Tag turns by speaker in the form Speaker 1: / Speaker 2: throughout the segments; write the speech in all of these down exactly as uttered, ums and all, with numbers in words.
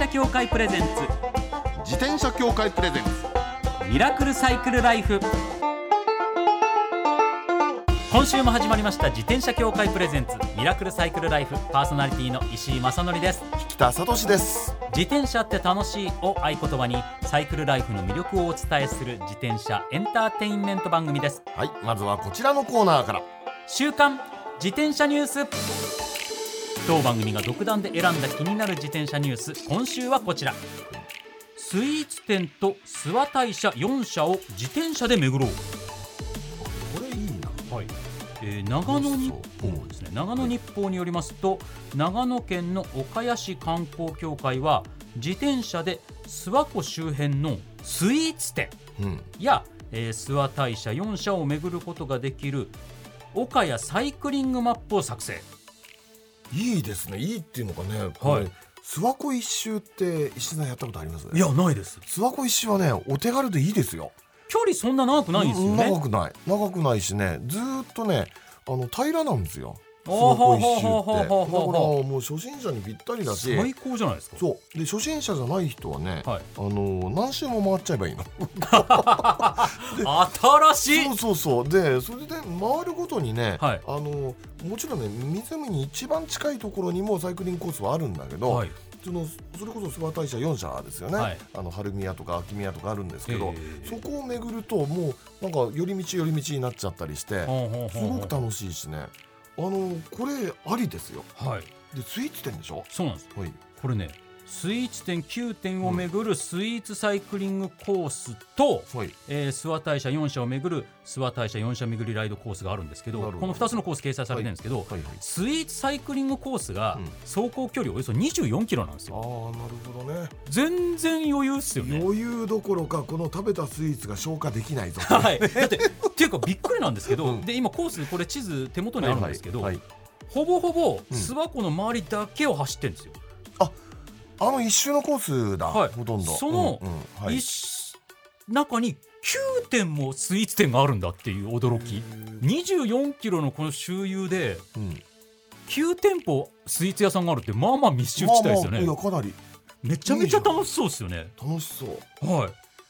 Speaker 1: 車協会プレゼンツ
Speaker 2: 自転車協会プレゼンツ
Speaker 1: ミラクルサイクルライフ。今週も始まりました自転車協会プレゼンツミラクルサイクルライフ。パーソナリティの石井正則です。
Speaker 2: 引田聡です。
Speaker 1: 自転車って楽しいを合言葉にサイクルライフの魅力をお伝えする自転車エンターテインメント番組です。
Speaker 2: はい、まずはこちらのコーナーから。
Speaker 1: 週刊自転車ニュース。当番組が独断で選んだ気になる自転車ニュース。今週はこちら。スイーツ店と諏訪大社よん社を自転車で巡ろう。
Speaker 2: これいいな。
Speaker 1: はい、えー、長野日報ですね。長野日報によりますと、長野県の岡谷市観光協会は自転車で諏訪湖周辺のスイーツ店や、うんえー、諏訪大社よん社を巡ることができる岡谷サイクリングマップを作成。
Speaker 2: いいですね。いいっていうのかね、
Speaker 1: はい、
Speaker 2: 諏訪湖一周って石田さんやったことあります？
Speaker 1: いや、ないです。
Speaker 2: 諏訪湖一周はね、お手軽でいいですよ。
Speaker 1: 距離そんな長くないんですよね。
Speaker 2: 長くない長くないしね、ずーっとね、あの平らなんですよ、諏訪湖一周って。だからもう初心者にぴったりだし
Speaker 1: 最高じゃないですか。
Speaker 2: そうで、初心者じゃない人はね、はい、あの何周も回っちゃえばいいの
Speaker 1: 新しい。
Speaker 2: そうそうそうで、それで回るごとにね、はい、あのもちろんね、湖に一番近いところにもサイクリングコースはあるんだけど、はい、そのそれこそ諏訪大社よん社ですよね、はい、あの春宮とか秋宮とかあるんですけど、そこを巡るともうなんか寄り道寄り道になっちゃったりして、すごく楽しいしね、あのこれありですよ。はい、でスイーツ店でしょ。
Speaker 1: そうなんです、
Speaker 2: はい、
Speaker 1: これね、スイーツ店きゅう店を巡るスイーツサイクリングコースと、うん、えー、諏訪大社よん社を巡る諏訪大社よん社巡りライドコースがあるんですけど、このふたつのコース掲載されてるんですけど、はいはいはい、スイーツサイクリングコースが走行距離およそにじゅうよんキロなんですよ。
Speaker 2: ああ、なるほどね。
Speaker 1: 全然余裕っすよね。
Speaker 2: 余裕どころか、この食べたスイーツが消化できないぞ
Speaker 1: はい、だってっていうかびっくりなんですけど、うん、で今コースこれ地図手元にあるんですけど、はいはいはい、ほぼほぼ諏訪湖の周りだけを走ってるんですよ。
Speaker 2: ああの一周のコースだ、はい、ほとんど
Speaker 1: その、うんうんはい、中にきゅう店もスイーツ店があるんだっていう驚き。にじゅうよんキロのこの周遊で、うん、きゅう店舗スイーツ屋さんがあるって、まあまあ密集地帯ですよね。
Speaker 2: まあまあ、いやかなり
Speaker 1: めちゃめちゃ楽しそうですよね。
Speaker 2: 楽しそう。
Speaker 1: はい、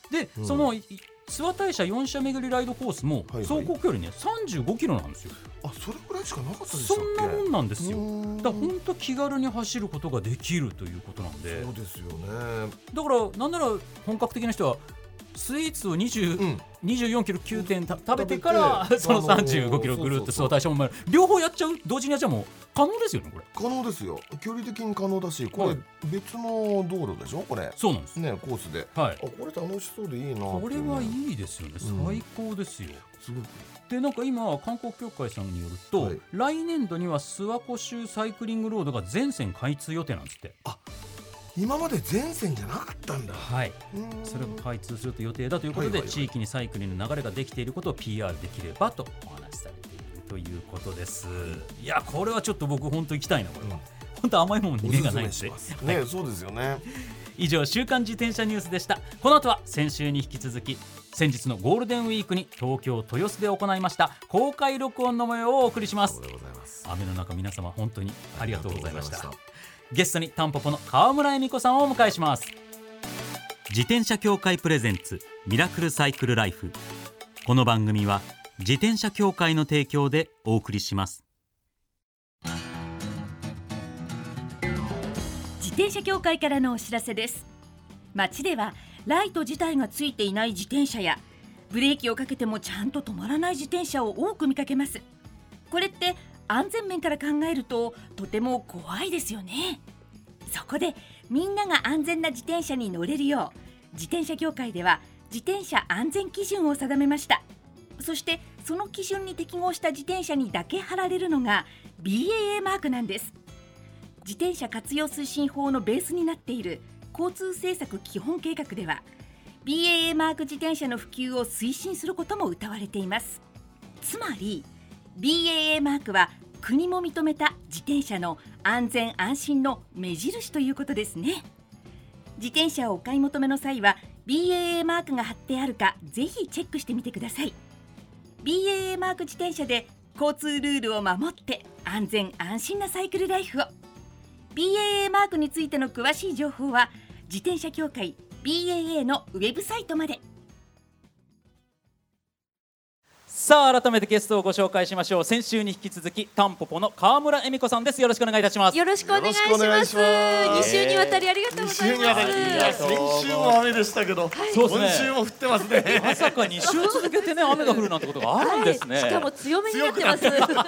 Speaker 1: で、うん、その諏訪大社よん社巡りライドコースも走行距離ね、さんじゅうごキロなんですよ。
Speaker 2: あ、それぐらいしかなかったでしたっけ？
Speaker 1: そんなもんなんですよ。だから本当気軽に走ることができるということなんで。
Speaker 2: そうですよね。
Speaker 1: だからなんなら本格的な人はスイーツをにじゅう、うん、にじゅうよんキロきゅう店食べてからそのさんじゅうごキロぐるっと諏訪大社も両方やっちゃう、同時にやっちゃうも可能ですよね。これ
Speaker 2: 可能ですよ。距離的に可能だし、これ別の道路でしょこれ。
Speaker 1: そうなんです
Speaker 2: ね、コースで、はい、あ、これ楽しそうでいいな。
Speaker 1: これはいいですよね、最高ですよ、うん、すごく。でなんか今観光協会さんによると、はい、来年度には諏訪湖周サイクリングロードが全線開通予定なんですって。
Speaker 2: あ、今まで全線じゃなかったんだ。
Speaker 1: はい、それが開通すると予定だということで、はいはいはい、地域にサイクリングの流れができていることを ピーアール できればとお話しされているということです。いや、これはちょっと僕本当行きたいな。これは、うん、本当甘いものに目がないんで、
Speaker 2: ね、そうですよね。
Speaker 1: 以上、週刊自転車ニュースでした。この後は先週に引き続き、先日のゴールデンウィークに東京豊洲で行いました公開録音の模様をお送りします。雨の中皆様本当にありがとうございました。ゲストにタンポポの川村恵美子さんをお迎えします。自転車協会プレゼンツミラクルサイクルライフ。この番組は自転車協会の提供でお送りします。
Speaker 3: 自転車協会からのお知らせです。街ではライト自体がついていない自転車や、ブレーキをかけてもちゃんと止まらない自転車を多く見かけます。これって安全面から考えるととても怖いですよね。そこでみんなが安全な自転車に乗れるよう、自転車協会では自転車安全基準を定めました。そしてその基準に適合した自転車にだけ貼られるのが ビーエーエー マークなんです。自転車活用推進法のベースになっている交通政策基本計画では ビーエーエー マーク自転車の普及を推進することも謳われています。つまり ビーエーエー マークは国も認めた自転車の安全安心の目印ということですね。自転車をお買い求めの際は ビーエーエー マークが貼ってあるかぜひチェックしてみてください。 ビーエーエー マーク自転車で交通ルールを守って安全安心なサイクルライフを。 ビーエーエー マークについての詳しい情報は自転車協会 ビーエーエー のウェブサイトまで。
Speaker 1: さあ改めてゲストをご紹介しましょう。先週に引き続きタンポポの川村恵美子さんです。よろしくお願いいたします。
Speaker 4: よろしくお願いします。に週にわたりありがとうございます。
Speaker 2: 先週も雨でしたけど、今週も降ってますね。
Speaker 1: まさかに週続けてね雨が降るなんてことがあるんですね。
Speaker 4: しかも強めになってます。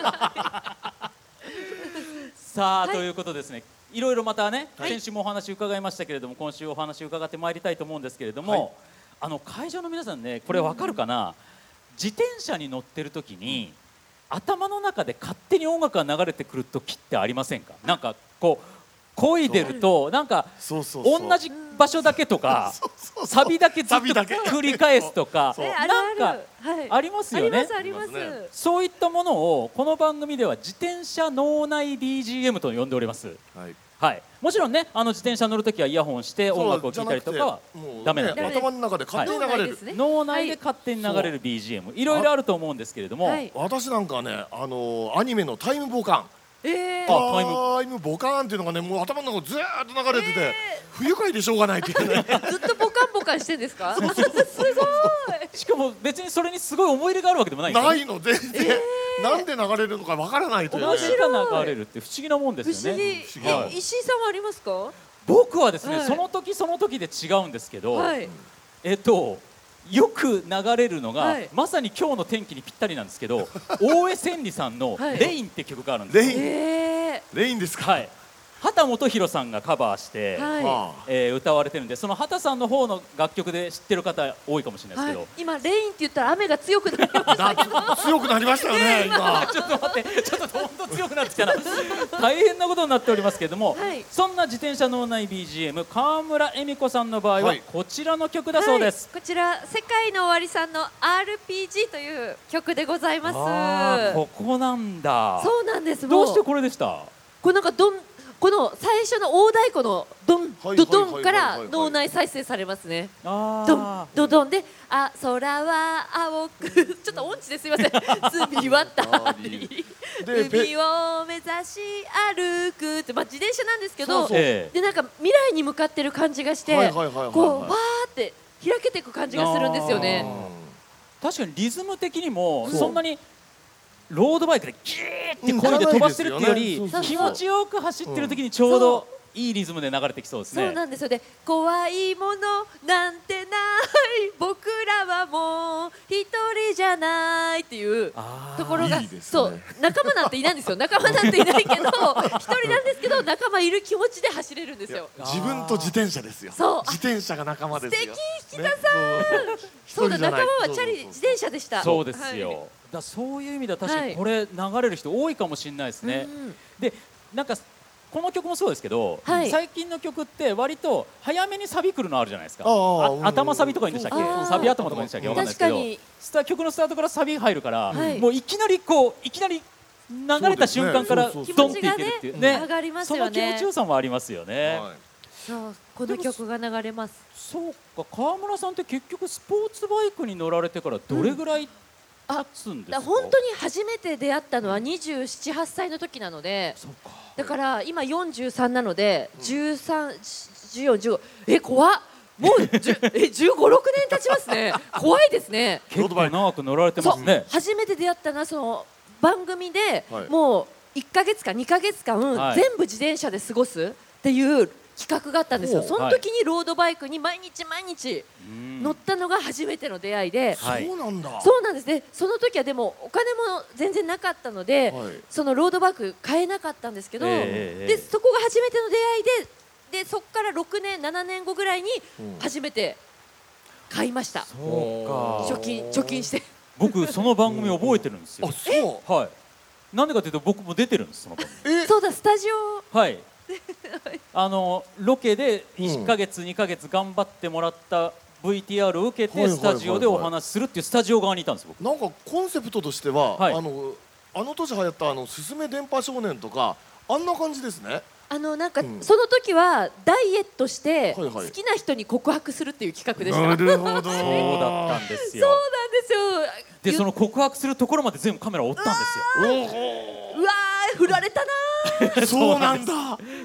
Speaker 1: さあということですね。いろいろまたね、先週もお話伺いましたけれども、今週お話伺ってまいりたいと思うんですけれども、あの会場の皆さんね、これわかるかな。自転車に乗ってる時に頭の中で勝手に音楽が流れてくる時ってありませんか？なんかこう漕いでるとなんか同じ場所だけとかサビだけずっと繰り返すとかなんかありますよね。そういったものをこの番組では自転車脳内 ビージーエム と呼んでおります。はいはい、もちろんね、あの自転車乗るときはイヤホンして音楽を聴いたりとかはダメなんで、
Speaker 2: 頭の中で勝手に流れる、
Speaker 1: 脳内で勝手に流れる ビージーエム、いろいろあると思うんですけれども、
Speaker 2: 私なんかはね、あのアニメのタイムボカン、
Speaker 4: えー、
Speaker 2: タイムボカンっていうのがね、もう頭の中ずーっと流れてて、えー、不愉快でしょうがないっていうね。
Speaker 4: ずっとボカンボカンしてんですか？すごい。
Speaker 1: しかも別にそれにすごい思い入れがあるわけでもないんです
Speaker 2: よ。ないの全然、えー、なんで流れるのかわからないという、ね。
Speaker 1: 面白い。流れるって不思議なもんですよね。
Speaker 4: 不思議。はい、石井さんはありますか？
Speaker 1: 僕はですね、
Speaker 4: はい、
Speaker 1: その時その時で違うんですけど、
Speaker 4: はい、
Speaker 1: えっと。よく流れるのが、はい、まさに今日の天気にぴったりなんですけど大江千里さんの「レイン」って曲があるんですよ。
Speaker 2: レイン、えー、レインですか。
Speaker 1: はい、畑基博さんがカバーして、はい、えー、歌われてるんで、その畑さんの方の楽曲で知ってる方多いかもしれないですけど、はい、
Speaker 4: 今レインって言ったら雨が強くなりましたけど
Speaker 2: 強くなりましたよね今。
Speaker 1: ちょっと待って、ちょっとどんどん強くなってきたな大変なことになっておりますけれども、はい、そんな自転車脳内 ビージーエム 川村恵美子さんの場合はこちらの曲だそうです。
Speaker 4: はい、こちら世界の終わりさんの アールピージー という曲でございます。
Speaker 1: あ、ここなんだ。
Speaker 4: そうなんです。
Speaker 1: どうしてこれでした？
Speaker 4: これなんかどんこの最初の大太鼓のドンドドンから脳内再生されますね。ドンドドンで、あ、空は青くちょっと音痴ですいません。罪はたり海を目指し歩くって、まあ自転車なんですけど、でなんか未来に向かってる感じがして、こうわーって開けていく感じがするんですよね。
Speaker 1: 確かにリズム的にもそんなにロードバイクでギーってこいで飛ばしてるっていうより、気持ちよく走ってる時にちょうどいいリズムで流れてきそうですね。
Speaker 4: そうなんですよ。で、怖いものなんてない、僕らはもう一人じゃないっていうところが、そう仲間なんていないんですよ。仲間なんていないけど一人なんですけど、仲間いる気持ちで走れるんですよ。
Speaker 2: 自分と自転車ですよ。
Speaker 4: そう、
Speaker 2: 自転車が仲間ですよ。
Speaker 4: 素敵、引田さん。そうだ、仲間はチャリ自転車でした。
Speaker 1: そうですよ。だそういう意味では確かにこれ流れる人多いかもしれないですね。で、なんかこの曲もそうですけど、はい、最近の曲って割と早めにサビ来るのあるじゃないですか。頭サビとかいいんでしたっけ、サビ頭とかいいんでしたっけ、わかんないですけど、スタ曲のスタートからサビ入るから、はい、もういきなりこういきなり流れた瞬間からドンっていけるっていうね、その気持ちよさもありますよね。はい、
Speaker 4: そう、この曲が流れます。
Speaker 1: そうか、川村さんって結局スポーツバイクに乗られてからどれぐらい、うん
Speaker 4: あ、だ本当に初めて出会ったのはにじゅうなな、はっさいの時なので、だから今よんじゅうさんなのでじゅうさん、じゅうよん、じゅうご、え、怖っ、もうえじゅうご、ろくねん経ちますね。怖いですね。
Speaker 1: 結構長く乗られてますね。
Speaker 4: 初めて出会ったのはその番組でもういっかげつかにかげつかん全部自転車で過ごすっていう企画があったんですよ。その時にロードバイクに毎日毎日乗ったのが初めての出会いで、
Speaker 2: そうなんだ。
Speaker 4: そうなんですね。その時はでもお金も全然なかったので、はい、そのロードバイク買えなかったんですけど、えー、でそこが初めての出会いで、でそこからろくねんななねんごぐらいに初めて買いました。そうか。貯金貯金して。
Speaker 1: 僕その番組覚えてるんですよ。
Speaker 2: あ、そう。
Speaker 1: はい。なんでかというと僕も出てるんです、その番組。
Speaker 4: そうだ、スタジオ。
Speaker 1: はい。あのロケでいっかげつ、にかげつ頑張ってもらった ブイティーアール を受けてスタジオでお話しするっていうスタジオ側にいたんです。僕
Speaker 2: なんかコンセプトとしては、はい、あのあの年流行ったあのすすめ電波少年とかあんな感じですね。
Speaker 4: あのなんか、うん、その時はダイエットして好きな人に告白するっていう企画でした。
Speaker 2: なるほど。
Speaker 1: そうだったんですよ。
Speaker 4: そうなんですよ。
Speaker 1: でその告白するところまで全部カメラ追ったんですよ。
Speaker 4: うわー、振られたなー。
Speaker 2: そうなんだ。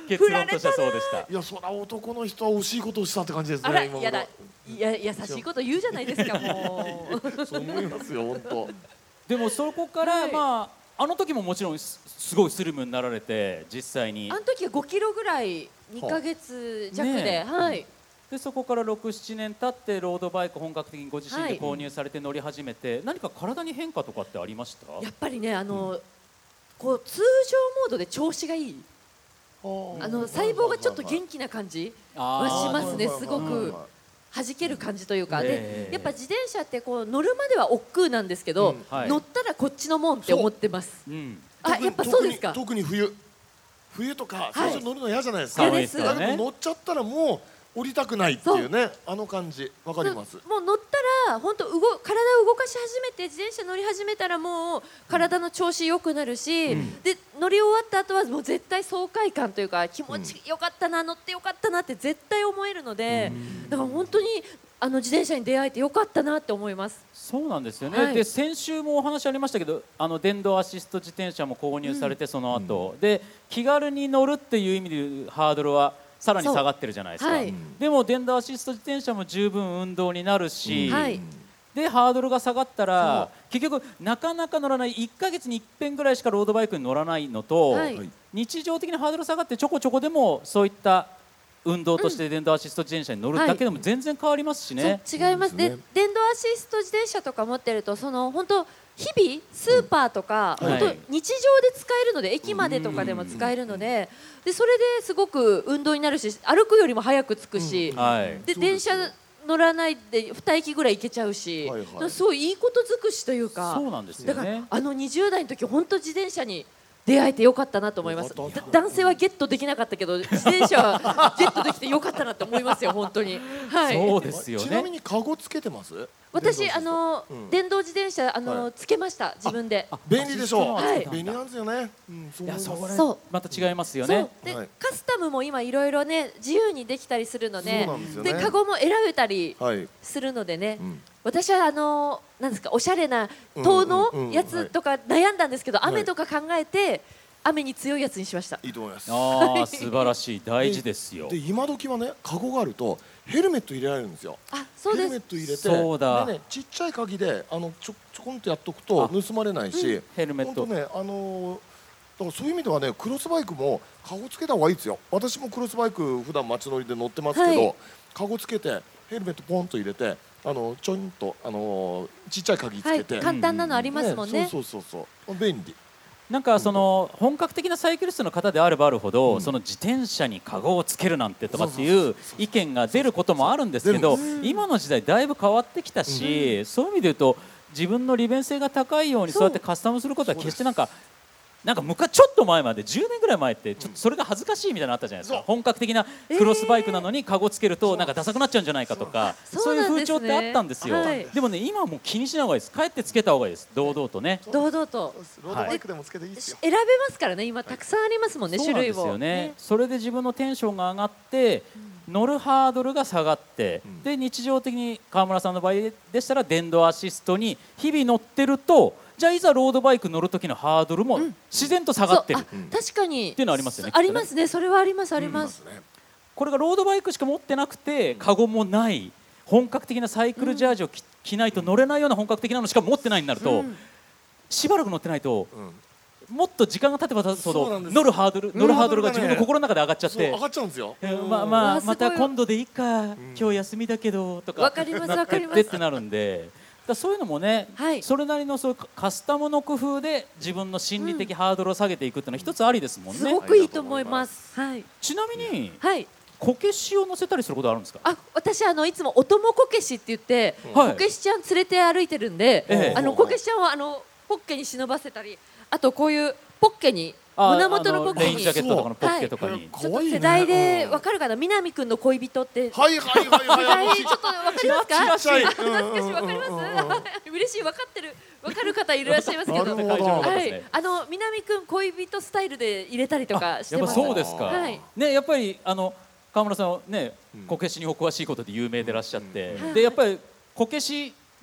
Speaker 1: 結論としてはそうでした。
Speaker 2: いや、そりゃ男の人は惜しいことをしたって感じですね。
Speaker 4: あら、やだ、いや優しいこと言うじゃないですか、も
Speaker 2: う。そう思いますよ、本当。
Speaker 1: でもそこから、はい、まああの時ももちろんすごいスリムになられて、実際に
Speaker 4: あの時はごキロぐらいにかげつじゃくで、ね、はい。
Speaker 1: でそこからろく、ななねん経ってロードバイク本格的にご自身で購入されて乗り始めて、はい、何か体に変化とかってありました？
Speaker 4: やっぱりね、あの、うん、こう通常モードで調子がいい、あの細胞がちょっと元気な感じはしますね。すごく弾ける感じというか、でやっぱ自転車ってこう乗るまでは億劫なんですけど、うんはい、乗ったらこっちのもんって思ってます。うん、あ、やっぱそうですか。
Speaker 2: 特に冬冬とか最初乗るの嫌じゃないですか。嫌です。だけど乗っちゃったらもう降りたくないっていうね、あの感じわかります。
Speaker 4: もう乗ったら本当動体を動かし始めて、自転車乗り始めたらもう体の調子良くなるし、うん、で乗り終わった後はもう絶対爽快感というか、気持ちよかったな、乗ってよかったなって絶対思えるので、だから本当にあの自転車に出会えてよかったなって思います。
Speaker 1: そうなんですよね、はい、で先週もお話ありましたけど、あの電動アシスト自転車も購入されて、その後、うん、で気軽に乗るっていう意味でいうハードルはさらに下がってるじゃないですか、はい、でも電動アシスト自転車も十分運動になるし、はい、でハードルが下がったら結局なかなか乗らない、いっかげつにいっぺんぐらいしかロードバイクに乗らないのと、はい、日常的にハードル下がってちょこちょこでもそういった運動として電動アシスト自転車に乗るだけでも全然変わりますしね。
Speaker 4: はい、違います。で、電動アシスト自転車とか持ってると、その本当日々スーパーとか、うん、本当日常で使えるので、駅までとかでも使えるので、でそれですごく運動になるし、歩くよりも早く着くし、うんはい、で電車乗らないでに駅ぐらい行けちゃうし、はいはい、すごいいいこと尽くしというか、
Speaker 1: そうなんですよね。
Speaker 4: だからあのにじゅう代の時本当自転車に出会えてよかったなと思います。男性はゲットできなかったけど、自転車はゲットできてよかったなと思いますよ、本当に。はい。
Speaker 1: そうですよね。
Speaker 2: ちなみにカゴつけてます？
Speaker 4: 私あの、うん、電動自転車あの、はい、つけました自分で。
Speaker 2: 便利でしょう。
Speaker 4: はい。
Speaker 2: 便利なんですよね。
Speaker 1: うん、そういやそれそうまた違いますよね。
Speaker 4: で、
Speaker 2: はい、
Speaker 4: カスタムも今いろいろね自由にできたりするので、
Speaker 2: そうなんですよね。
Speaker 4: でカゴも選べたりするのでね。はいうん、私はあのなんですか、おしゃれな塔のやつとか悩んだんですけど、雨とか考えて。雨に強いやつにしました。
Speaker 2: いいと思います。
Speaker 1: ああ、素晴らしい、大事ですよ。
Speaker 2: で、今時はね、カゴがあるとヘルメット入れられるんですよ。
Speaker 4: あ、そうです。
Speaker 2: ヘルメット入れて、
Speaker 1: そうだ。
Speaker 2: でね、ちっちゃい鍵であのちょちょこんとやっとくと盗まれないし、うん、
Speaker 1: ヘルメット。
Speaker 2: 本当ね、あのー、だからそういう意味ではね、クロスバイクもカゴつけた方がいいですよ。私もクロスバイク普段街乗りで乗ってますけど、はい、カゴつけてヘルメットポンと入れて、あのちょんとあのー、ちっちゃい鍵つけて、
Speaker 4: はい、簡単なのありますもんね。
Speaker 2: ね、そうそうそうそう、便利。
Speaker 1: なんかその本格的なサイクリストの方であればあるほど、その自転車にカゴをつけるなんてとかっていう意見が出ることもあるんですけど、今の時代だいぶ変わってきたし、そういう意味で言うと自分の利便性が高いようにそうやってカスタムすることは決してなんかなんか昔ちょっと前までじゅうねんぐらい前ってちょっとそれが恥ずかしいみたいなのあったじゃないですか。本格的なクロスバイクなのにカゴつけるとなんかダサくなっちゃうんじゃないかとか、そういう風潮ってあったんですよ。でもね、今はもう気にしない方がいいです。帰ってつけた方がいいです。堂々とね。
Speaker 4: 堂々と
Speaker 2: ロードバイクでもつけていいですよ。
Speaker 4: 選べますからね、今たくさんありますもんね、種類も。
Speaker 1: そうなんですよね。それで自分のテンションが上がって乗るハードルが下がって、で日常的に川村さんの場合でしたら電動アシストに日々乗ってると、じゃあいざロードバイク乗る時のハードルも自然と下がってる、
Speaker 4: うん、確かに
Speaker 1: っていうのありますよね。
Speaker 4: ありますね、それはありますあります、うん、
Speaker 1: これがロードバイクしか持ってなくてカゴもない本格的なサイクルジャージを着、着ないと乗れないような本格的なのしか持ってないになると、うん、しばらく乗ってないと、うん、もっと時間が経てば経つほど乗るハードル乗るハードルが自分の心の中で上がっちゃって、
Speaker 2: 上がっちゃうんですよ。
Speaker 1: まあまあまた今度でいいか、今日休みだけどとか
Speaker 4: わかりますわかります
Speaker 1: ってなるんで。だそういうのもね、はい、それなりのそういうカスタムの工夫で自分の心理的ハードルを下げていくっていうのは一つありですもんね。
Speaker 4: すごくいいと思います。はい、
Speaker 1: ちなみに、
Speaker 4: はい、
Speaker 1: こけしを乗せたりすることあるんですか？
Speaker 4: あ、私あのいつもお供こけしって言って、はい、こけしちゃん連れて歩いてるんで、ええ、あのこけしちゃんをあのポッケに忍ばせたり、あとこういうポッケに胸元のポッケに、
Speaker 1: レインジャケットとかのポッケとかに、はい、
Speaker 4: ちょっと世代でわかるかな、南くんの恋人って、
Speaker 2: はいはいはいはい、
Speaker 4: 世代ちょっとわかりますか？懐かしい、わかります？嬉しい、わかってる、わかる方いらっしゃいますけど、はい、あの南くん恋人スタイルで入れたりとかしてます。
Speaker 1: やっぱそうですか。はい、ね、やっぱりあの川村さんはね、こけしにお詳しいことで有名でいらっしゃって、でやっぱりこけし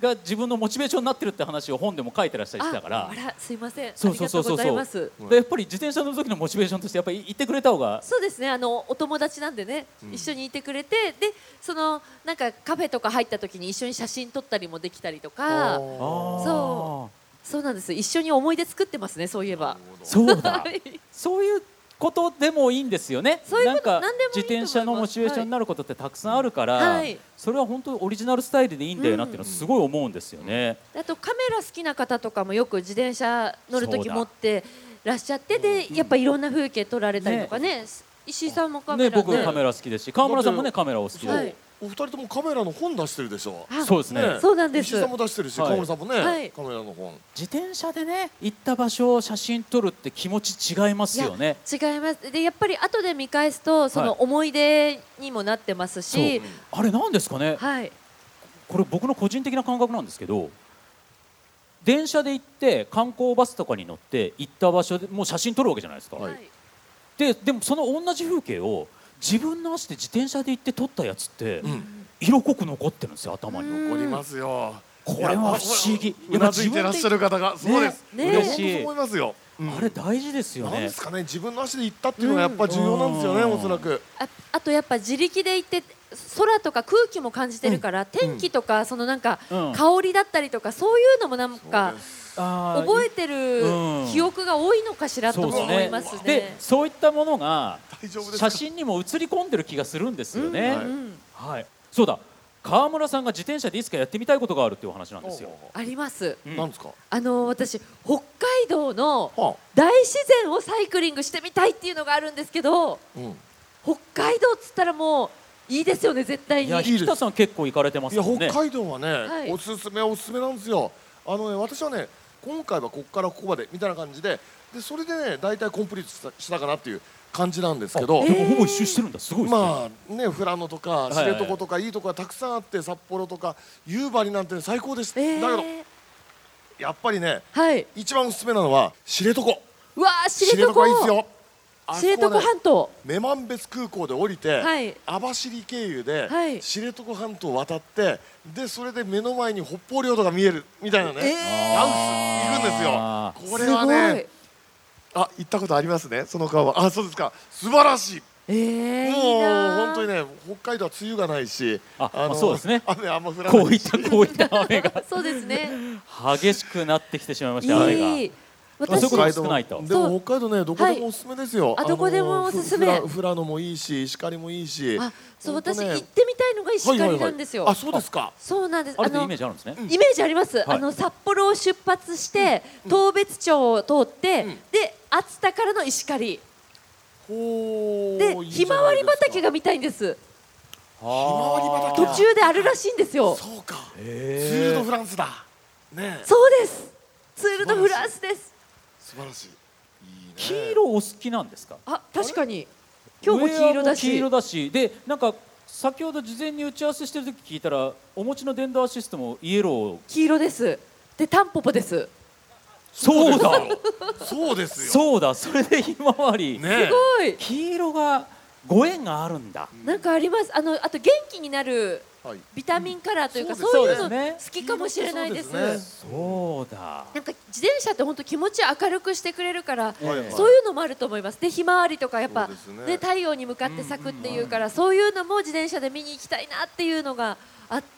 Speaker 1: が自分のモチベーションになってるって話を本でも書いてらっしゃりしてたから。
Speaker 4: あらすいません。
Speaker 1: そうそうそうそうそう。やっぱり自転車の時のモチベーションとしてやっぱり行ってくれた方が。
Speaker 4: そうですね。あのお友達なんでね、うん、一緒にいてくれて、でそのなんかカフェとか入った時に一緒に写真撮ったりもできたりとか、そうそうなんです。一緒に思い出作ってますね。そういえば。
Speaker 1: そうだ。そういうことでもいいんですよね。なんか自転車のモチベーションになることってたくさんあるから、はい、それは本当オリジナルスタイルでいいんだよなっていうのはすごい思うんですよね。
Speaker 4: うん、あとカメラ好きな方とかもよく自転車乗る時持ってらっしゃって、でやっぱいろんな風景撮られたりとかね。ね、石井さんもカメラね。
Speaker 1: ね、僕カメラ好きですし、川村さんもねカメラお好きで。はい、
Speaker 2: お二人ともカメラの本出してるでしょ。
Speaker 1: そうですね。
Speaker 4: そうなんです。
Speaker 2: 石井さんも出してるし、川村さんもね、カメラの本。
Speaker 1: 自転車でね行った場所を写真撮るって気持ち違いますよね。
Speaker 4: 違います。でやっぱり後で見返すとその思い出にもなってますし、
Speaker 1: あれなんですかね。
Speaker 4: はい。
Speaker 1: これ僕の個人的な感覚なんですけど、電車で行って観光バスとかに乗って行った場所でもう写真撮るわけじゃないですか。ででもその同じ風景を自分の足で自転車で行って撮ったやつって、うん、色濃く残ってるんですよ、頭に。
Speaker 2: 残りますよ。
Speaker 1: これは不思議。
Speaker 2: うなずいてらっしゃる方が、そうです。嬉しい。思いますよ。
Speaker 1: あれ大事ですよね。
Speaker 2: なんですかね、自分の足で行ったっていうのがやっぱ重要なんですよね、おそらく。
Speaker 4: あ、あとやっぱ自力で行って空とか空気も感じてるから、天気とかそのなんか香りだったりとかそういうのもなんか覚えてる記憶が多いのかしらと思いますね。
Speaker 1: で、そういったものが写真にも映り込んでる気がするんですよね。はい。そうだ。川村さんが自転車でいつかやってみたいことがあるっていう話なんですよ。
Speaker 4: あります。
Speaker 2: なんですか。
Speaker 4: あの私北海道の大自然をサイクリングしてみたいっていうのがあるんですけど、うん、北海道っつったらもういいですよね、絶対に。いや、
Speaker 1: 引田さん結構行かれてますもんね。
Speaker 2: いや、北海道はね、はい、おすすめおすすめなんですよ。あのね、私はね、今回はここからここまでみたいな感じで、でそれでね、大体コンプリートしたしたかなっていう感じなんですけど、
Speaker 1: でもほぼ一周してるんだ。すごいですね。
Speaker 2: まあね、富良野とか知床とかいいとこがたくさんあって、札幌とか夕張なんて、ね、最高です、えー、だけどやっぱりね、はい、一番おすすめなのは知床。
Speaker 4: うわー、知床、
Speaker 2: 知床いいですよ。
Speaker 4: 知床半島、
Speaker 2: 女満別空港で降りて、はい、網走経由で、はい、知床半島を渡って、でそれで目の前に北方領土が見えるみたいなね、えー、ハウス行くんですよ。これはね、あ、行ったことありますね、その川は。あ、そうですか。素晴らしい。
Speaker 4: えー、
Speaker 2: もう本当にね、北海道は梅雨がないし、
Speaker 1: ああのそうですね。
Speaker 2: 雨あんま降らない。
Speaker 1: こういったこういった雨が
Speaker 4: そうですね。
Speaker 1: 激しくなってきてしまいました。雨が。
Speaker 4: 私
Speaker 1: 北海道少ないと。
Speaker 2: でも北海道ね、どこでもおすすめですよ。
Speaker 4: あ、どこでもおすすめ。
Speaker 2: 富良野もいいし、石狩もいいし。
Speaker 4: あ、そう、私行ってみたいのが石狩なんですよ。
Speaker 2: あ、そうですか。
Speaker 4: そうなんです。
Speaker 1: あれでイメージあるんですね。
Speaker 4: イメージあります。あの札幌を出発して当別町を通ってで熱田からの石狩。でひまわり畑が見たいんです。
Speaker 2: ひまわり畑。
Speaker 4: 途中であるらしいんですよ。
Speaker 2: そうか。ツール・ド・フランスだ。ね。
Speaker 4: そうです。ツール・ド・フランスです。
Speaker 2: 素晴らしい。
Speaker 1: 黄色お好きなんですか。
Speaker 4: あ、確かに今日も黄色だし。
Speaker 1: 黄色だし、でなんか先ほど事前に打ち合わせしてる時聞いたら、お持ちの電動アシストもイエロー。
Speaker 4: 黄色です。でタンポポです。
Speaker 1: そうだ。
Speaker 2: そうですよ。
Speaker 1: そうだ。それでひまわり。
Speaker 4: すごい。
Speaker 1: 黄色がご縁があるんだ。
Speaker 4: なんかあります。あのあと元気になる。ビタミンカラーというか、そういうの好きかもしれないです。
Speaker 1: そうだ。
Speaker 4: なんか自転車って本当気持ち明るくしてくれるから、そういうのもあると思います。でひまわりとかやっぱね、太陽に向かって咲くっていうから、そういうのも自転車で見に行きたいなっていうのがあって、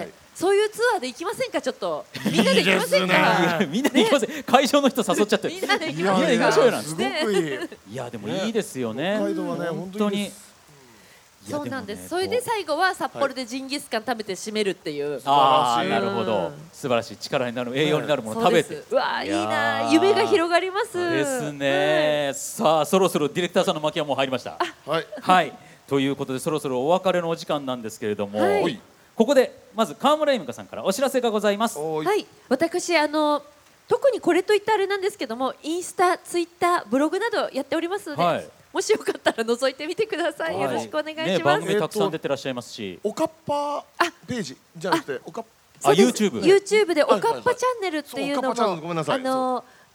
Speaker 4: そういうツアーで行きませんか。ちょっとみんなで行きませんか。
Speaker 1: みんなで行きません。会場の人誘っちゃって。
Speaker 4: みんなで行きま
Speaker 1: しょうよなん
Speaker 2: すごくいい。
Speaker 1: いやでもいいですよね。
Speaker 2: 北海道はね、本当に。
Speaker 4: そうなんです。それで最後は札幌でジンギスカン食べて締めるっていう。
Speaker 1: ああ、なるほど。素晴らしい。力になる、栄養になるもの食べて。
Speaker 4: うわ、いいな。夢が広がります。
Speaker 1: ですね。さあ、そろそろディレクターさんの巻きはもう入りました。
Speaker 2: はい。
Speaker 1: はい。ということで、そろそろお別れのお時間なんですけれども、ここでまず川村由美香さんからお知らせがございます。
Speaker 4: はい。私あの特にこれといったあれなんですけども、インスタ、ツイッター、ブログなどやっておりますので。もしよかったら覗いてみてください。よろしくお願いします。
Speaker 1: 番組たくさん出てらっしゃいますし、
Speaker 2: おかっぱページじゃなくて、おかっ
Speaker 1: ぱ YouTube
Speaker 4: YouTube でおかっぱチャンネルっていうのもあの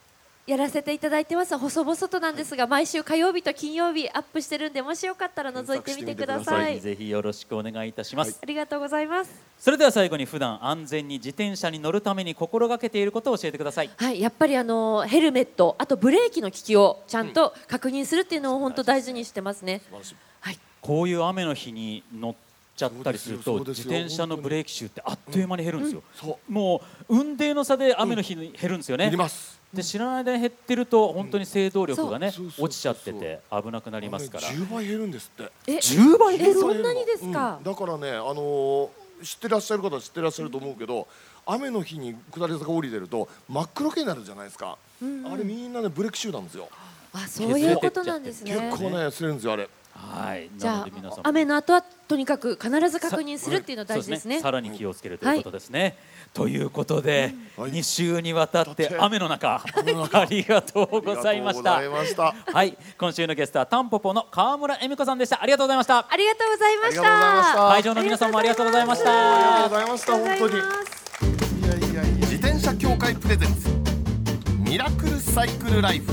Speaker 4: やらせていただいてます。細々となんですが、毎週火曜日と金曜日アップしてるんで、もしよかったら覗いてみてください。
Speaker 1: ぜひよろしくお願いいたします、はい、
Speaker 4: ありがとうございます。
Speaker 1: それでは最後に普段安全に自転車に乗るために心がけていることを教えてください。
Speaker 4: はい、やっぱりあのヘルメット、あとブレーキの利きをちゃんと確認するっていうのを本当大事にしてますね。
Speaker 1: はい、こういう雨の日に乗ってちゃったりすると自転車のブレーキ臭ってあっという間に減るんですよ、うんうん、もう運転の差で雨の日に減るんですよね、うん、減ります。で知らない間に減ってると本当に制動力がね、うん、落ちちゃってて危なくなりますから。
Speaker 2: じゅうばい減るんですって。
Speaker 4: えじゅうばい減る。そんなにですか、
Speaker 2: うん、だからね、あのー、知ってらっしゃる方は知ってらっしゃると思うけど、雨の日に下り坂降りてると真っ黒けになるじゃないですか、うんうん、あれみんなねブレーキ臭なんですよ。
Speaker 4: あ、そういうことなんですね。
Speaker 2: 結構ね擦れるんですよあれ。
Speaker 1: はい、
Speaker 4: じゃあ雨の後はとにかく必ず確認するっていうの大事ですね。
Speaker 1: さらに気をつけるということですね、はい、ということで、うん、に週にわたって雨の中ありがとうございました。はい、今週のゲストはタンポポの川村恵美子さんでした。ありがとうございました。
Speaker 4: ありがとうございました。
Speaker 1: 会場の皆さんもありがとうございました。
Speaker 2: ありがとうございました。本当に。いやいやいや、自転車協会プレゼンツミラクルサイクルライフ。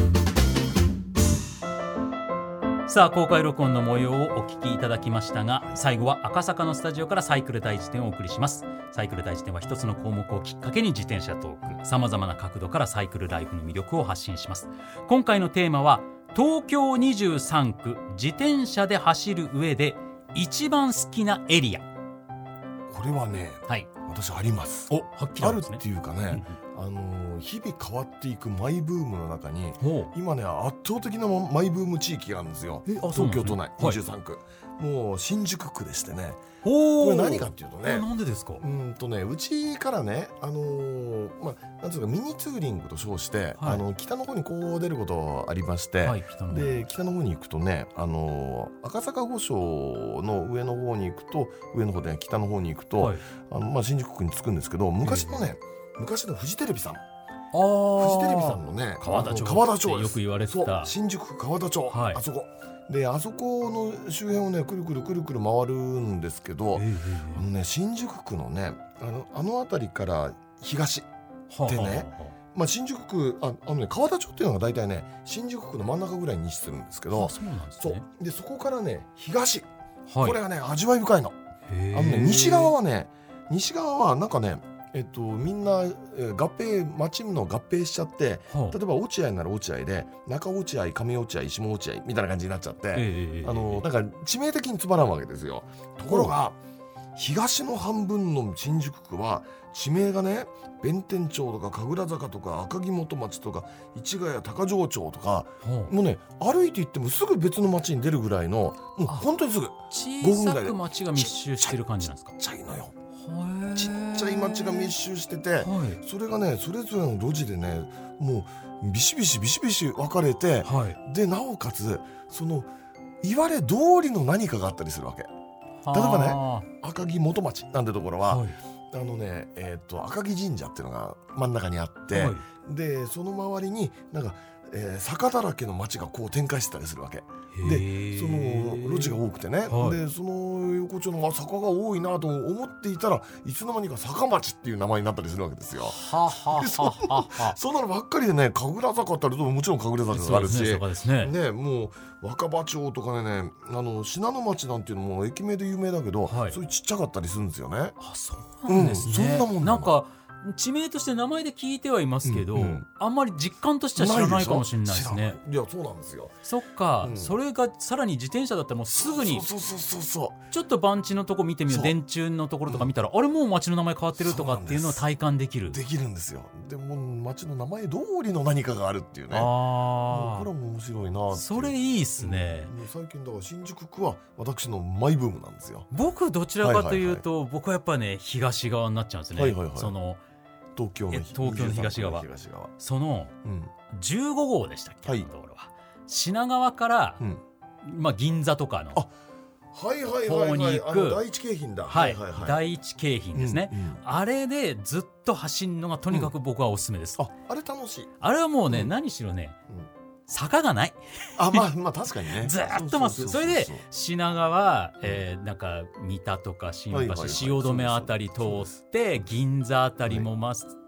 Speaker 1: さあ、公開録音の模様をお聞きいただきましたが、最後は赤坂のスタジオからサイクル大辞典をお送りします。サイクル大辞典は一つの項目をきっかけに自転車トーク、さまざまな角度からサイクルライフの魅力を発信します。今回のテーマは東京にじゅうさんく自転車で走る上で一番好きなエリア。
Speaker 2: これはね、はい、私あります。
Speaker 1: お、はっきりあるんですね。
Speaker 2: あるっていうかね、あのー、日々変わっていくマイブームの中に今ね圧倒的なマイブーム地域があるんですよ。東京都内にじゅうさんく、はい、もう新宿区でしてね。これ何かっていうとね、
Speaker 1: なんでですか。
Speaker 2: うんとね、うちからね、あのー、まあなんつうかミニツーリングと称して、はい、あの北の方にこう出ることありまして、はい、北の方で北の方に行くとね、あのー、赤坂御所の上の方に行くと上の方で、ね、北の方に行くと、はい、あのまあ新宿区に着くんですけど、昔のね、昔のフジテレビさん、あフジテレビさんのね、
Speaker 1: 川田町
Speaker 2: 川田町です。
Speaker 1: よく言われてた
Speaker 2: 新宿区川田町、はい、あそこで、あそこの周辺をねくるくるくるくる回るんですけど、えー、あのね、新宿区のね、あのあの辺りから東でね、まあ、新宿区 あ, あの、ね、川田町っていうのが大体ね新宿区の真ん中ぐらいに位置するんですけど、
Speaker 1: そうなんですね。
Speaker 2: そうで、そこからね東、はい、これがね味わい深いの。あの、ね、西側はね西側はなんかね、えっと、みんな、えー、合併町の合併しちゃって、はあ、例えば落合なら落合で中落合上落合下落合みたいな感じになっちゃって、えー、あのなんか致命的につまらんわけですよ。ところが東の半分の新宿区は地名がね、弁天町とか神楽坂とか赤城元町とか市ヶ谷高城町とか、はあ、もうね歩いて行ってもすぐ別の町に出るぐらいの、もう本当にすぐ
Speaker 1: 小さく町が密集してる感じなんですか。
Speaker 2: ちっちゃいのよ。ちっちゃい町が密集してて、はい、それがねそれぞれの路地でねもうビシビシビシビシ分かれて、はい、でなおかつその言われ通りの何かがあったりするわけ。例えばね、赤城元町なんてところは、はい、あのね、えー、と赤城神社っていうのが真ん中にあって、はい、でその周りになんか、えー、坂だらけの町がこう展開してたりするわけで、その路地が多くてね、はい、でその横丁の坂が多いなと思っていたらいつの間にか坂町っていう名前になったりするわけですよ。ははで そ, そんなのばっかりでね、神楽坂ってあるともちろん神楽坂があるし、ねね、もう若葉町とかね、あの信濃町なんていうのも駅名で有名だけど、はい、そういうちっちゃかったりするんですよね。
Speaker 1: あ、そうなんですね、うん、そんなもんなんか地名として名前で聞いてはいますけど、うんうん、あんまり実感としては知らないかもしれないですね。
Speaker 2: いや、そうなんですよ。
Speaker 1: そっか、うん、それがさらに自転車だったらもうすぐに
Speaker 2: そうそうそうそう
Speaker 1: ちょっと番地のとこ見てみよう、電柱のところとか見たら、うん、あれもう町の名前変わってるとかっていうのを体感できる
Speaker 2: できるんですよ。でも町の名前通りの何かがあるっていうね。ああ、これも面白いなって。
Speaker 1: それいいっすね、
Speaker 2: うん、最近だから新宿区は私のマイブームなんですよ。
Speaker 1: 僕どちらかというと、はいはいはい、僕はやっぱりね東側になっちゃうんですね、はいはいはい、その
Speaker 2: 東京の
Speaker 1: 東京の東側、東側その、うん、じゅうごごうでしたっけ、はい、のところは品川から、うんまあ、銀座とかの方に行く
Speaker 2: 第一京浜だ、
Speaker 1: はいはいはい、第一京浜ですね、うんうん、あれでずっと走るのがとにかく僕はおすすめです、
Speaker 2: うん、あ, あれ楽しい。
Speaker 1: あれはもうね、うん、何しろね、うん坂がない
Speaker 2: あ、まあ、まあ確かにね
Speaker 1: ずっとまっすぐ。それで品川、えー、なんか三田とか新橋、はいはいはい、汐留あたり通って銀座あたりもまっ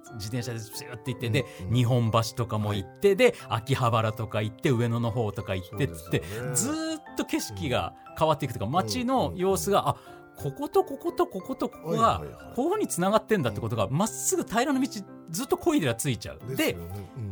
Speaker 1: 自転車でシューって行って、で、うんうん、日本橋とかも行って、はい、で秋葉原とか行って上野の方とか行ってって、ね、ずっと景色が変わっていくとか、街の様子が、あ、こことこことこことここがここに繋がってんだってことがまっすぐ平らな道ずっと漕いでらついちゃう。で、うん、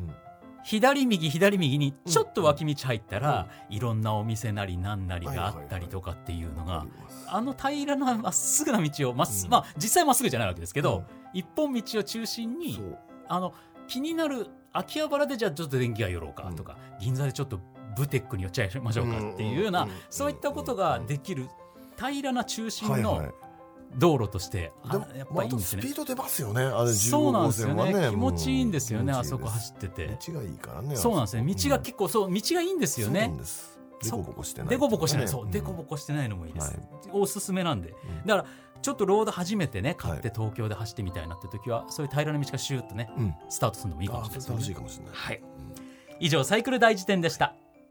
Speaker 1: 左右左右にちょっと脇道入ったら、うん、いろんなお店なりなんなりがあったりとかっていうのが、あの平らなまっすぐな道をまっす、うん、まあ実際まっすぐじゃないわけですけど、うん、一本道を中心にあの気になる秋葉原でじゃあちょっと電気街寄ろうかとか、うん、銀座でちょっとブテックに寄っちゃいましょうかっていうような、うん、そういったことができる平らな中心の道路として、
Speaker 2: はいはい、やっぱりいいんですね。スピード出ますよね、あれじゅうご
Speaker 1: そうなんですよ
Speaker 2: ね、
Speaker 1: ね、気持ちいいんですよね、あそこ走ってて。
Speaker 2: 道がいいからね。
Speaker 1: そうなんですね、道が結構そう道がいいんですよね。
Speaker 2: そうなんです。デコボコしてない、
Speaker 1: デコボコしてない、そう、うん、デコボコしてないのもいいです、はい、おすすめなんで、うん、だからちょっとロード初めてね買って東京で走ってみたいなって時は、はい、そういう平らな道がシューッとね、うん、スタートするのもいいかもしれないですね。
Speaker 2: 楽しいかもしれない、
Speaker 1: はい、うん、以上サイクル大辞典でした。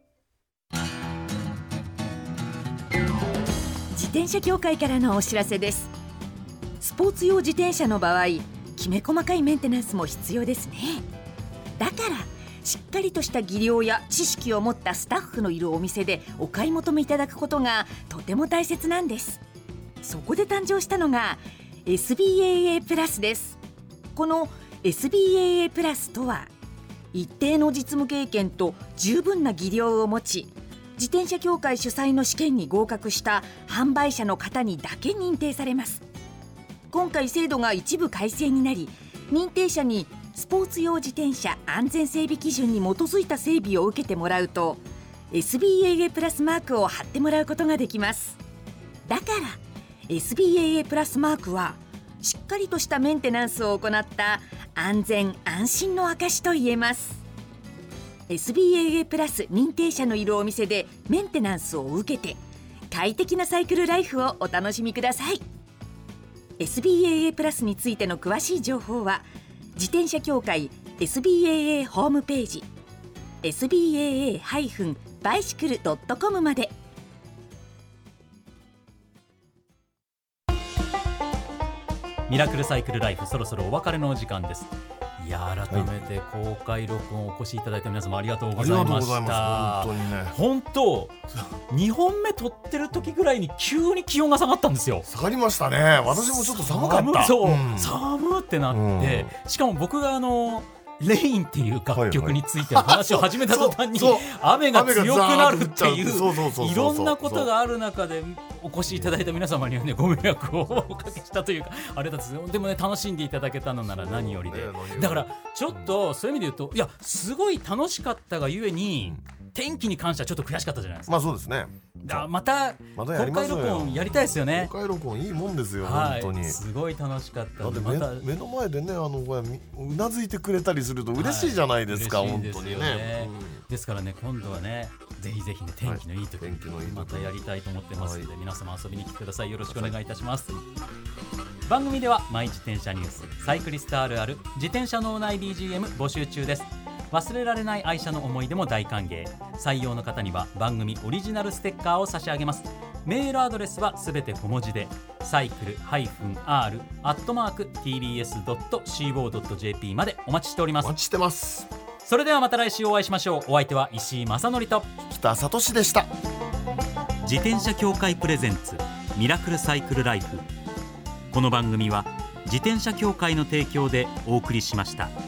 Speaker 3: 自転車協会からのお知らせです。スポーツ用自転車の場合、きめ細かいメンテナンスも必要ですね。だからしっかりとした技量や知識を持ったスタッフのいるお店でお買い求めいただくことがとても大切なんです。そこで誕生したのが エスビーエーエー プラスです。この エスビーエーエー プラスとは、一定の実務経験と十分な技量を持ち、自転車協会主催の試験に合格した販売者の方にだけ認定されます。今回制度が一部改正になり、認定者にスポーツ用自転車安全整備基準に基づいた整備を受けてもらうと エスビーエーエー プラスマークを貼ってもらうことができます。だから エスビーエーエー プラスマークはしっかりとしたメンテナンスを行った安全安心の証と言えます。 エスビーエーエー プラス認定者のいるお店でメンテナンスを受けて快適なサイクルライフをお楽しみください。 エスビーエーエー プラスについての詳しい情報は自転車協会 エスビーエーエー ホームページ エスビーエーエー バイシクル ドットコム まで。
Speaker 1: ミラクルサイクルライフ、そろそろお別れのお時間です。いや、改めて公開録音お越しいただいた皆様ありがとうございました。
Speaker 2: 本当にね、
Speaker 1: 本当にほんめ撮ってる時ぐらいに急に気温が下がったんですよ。
Speaker 2: 下がりましたね。私もちょっと寒かった。
Speaker 1: そう、うん、寒ってなって、うん、しかも僕があのレインっていう楽曲についての話を始めた途端に雨が強くなるっていういろんなことがある中でお越しいただいた皆様にはねご迷惑をおかけしたというかあれだったんです。でもね楽しんでいただけたのなら何よりで、だからちょっとそういう意味で言うといやすごい楽しかったがゆえに天気に関してはちょっと悔しかったじゃないですか。
Speaker 2: まあそうですね。
Speaker 1: だまた公開録音やりたいですよね。
Speaker 2: 公開録音いいもんですよ、
Speaker 1: はい、
Speaker 2: 本当に
Speaker 1: すごい楽しかった。
Speaker 2: だって 目,
Speaker 1: また
Speaker 2: 目の前でねあのうなずいてくれたりすると嬉しいじゃないですか、はい、本当に ね, ね、
Speaker 1: うん、ですからね今度はねぜひぜひね天気のいい時に、はい、またやりたいと思ってますので、はい、皆様遊びに来てください。よろしくお願いいたします、はい、番組ではマイ自転車ニュース、サイクリストあるある、自転車脳内 ビージーエム 募集中です。忘れられない愛車の思い出も大歓迎。採用の方には番組オリジナルステッカーを差し上げます。メールアドレスはすべて小文字でサイクル アール アットマーク ティービーエス ドット シーオー ドット ジェーピー までお待ちしております。
Speaker 2: お待ちしてます。
Speaker 1: それではまた来週お会いしましょう。お相手は石井正則と
Speaker 2: 北里志でした。
Speaker 1: 自転車協会プレゼンツミラクルサイクルライフ。この番組は自転車協会の提供でお送りしました。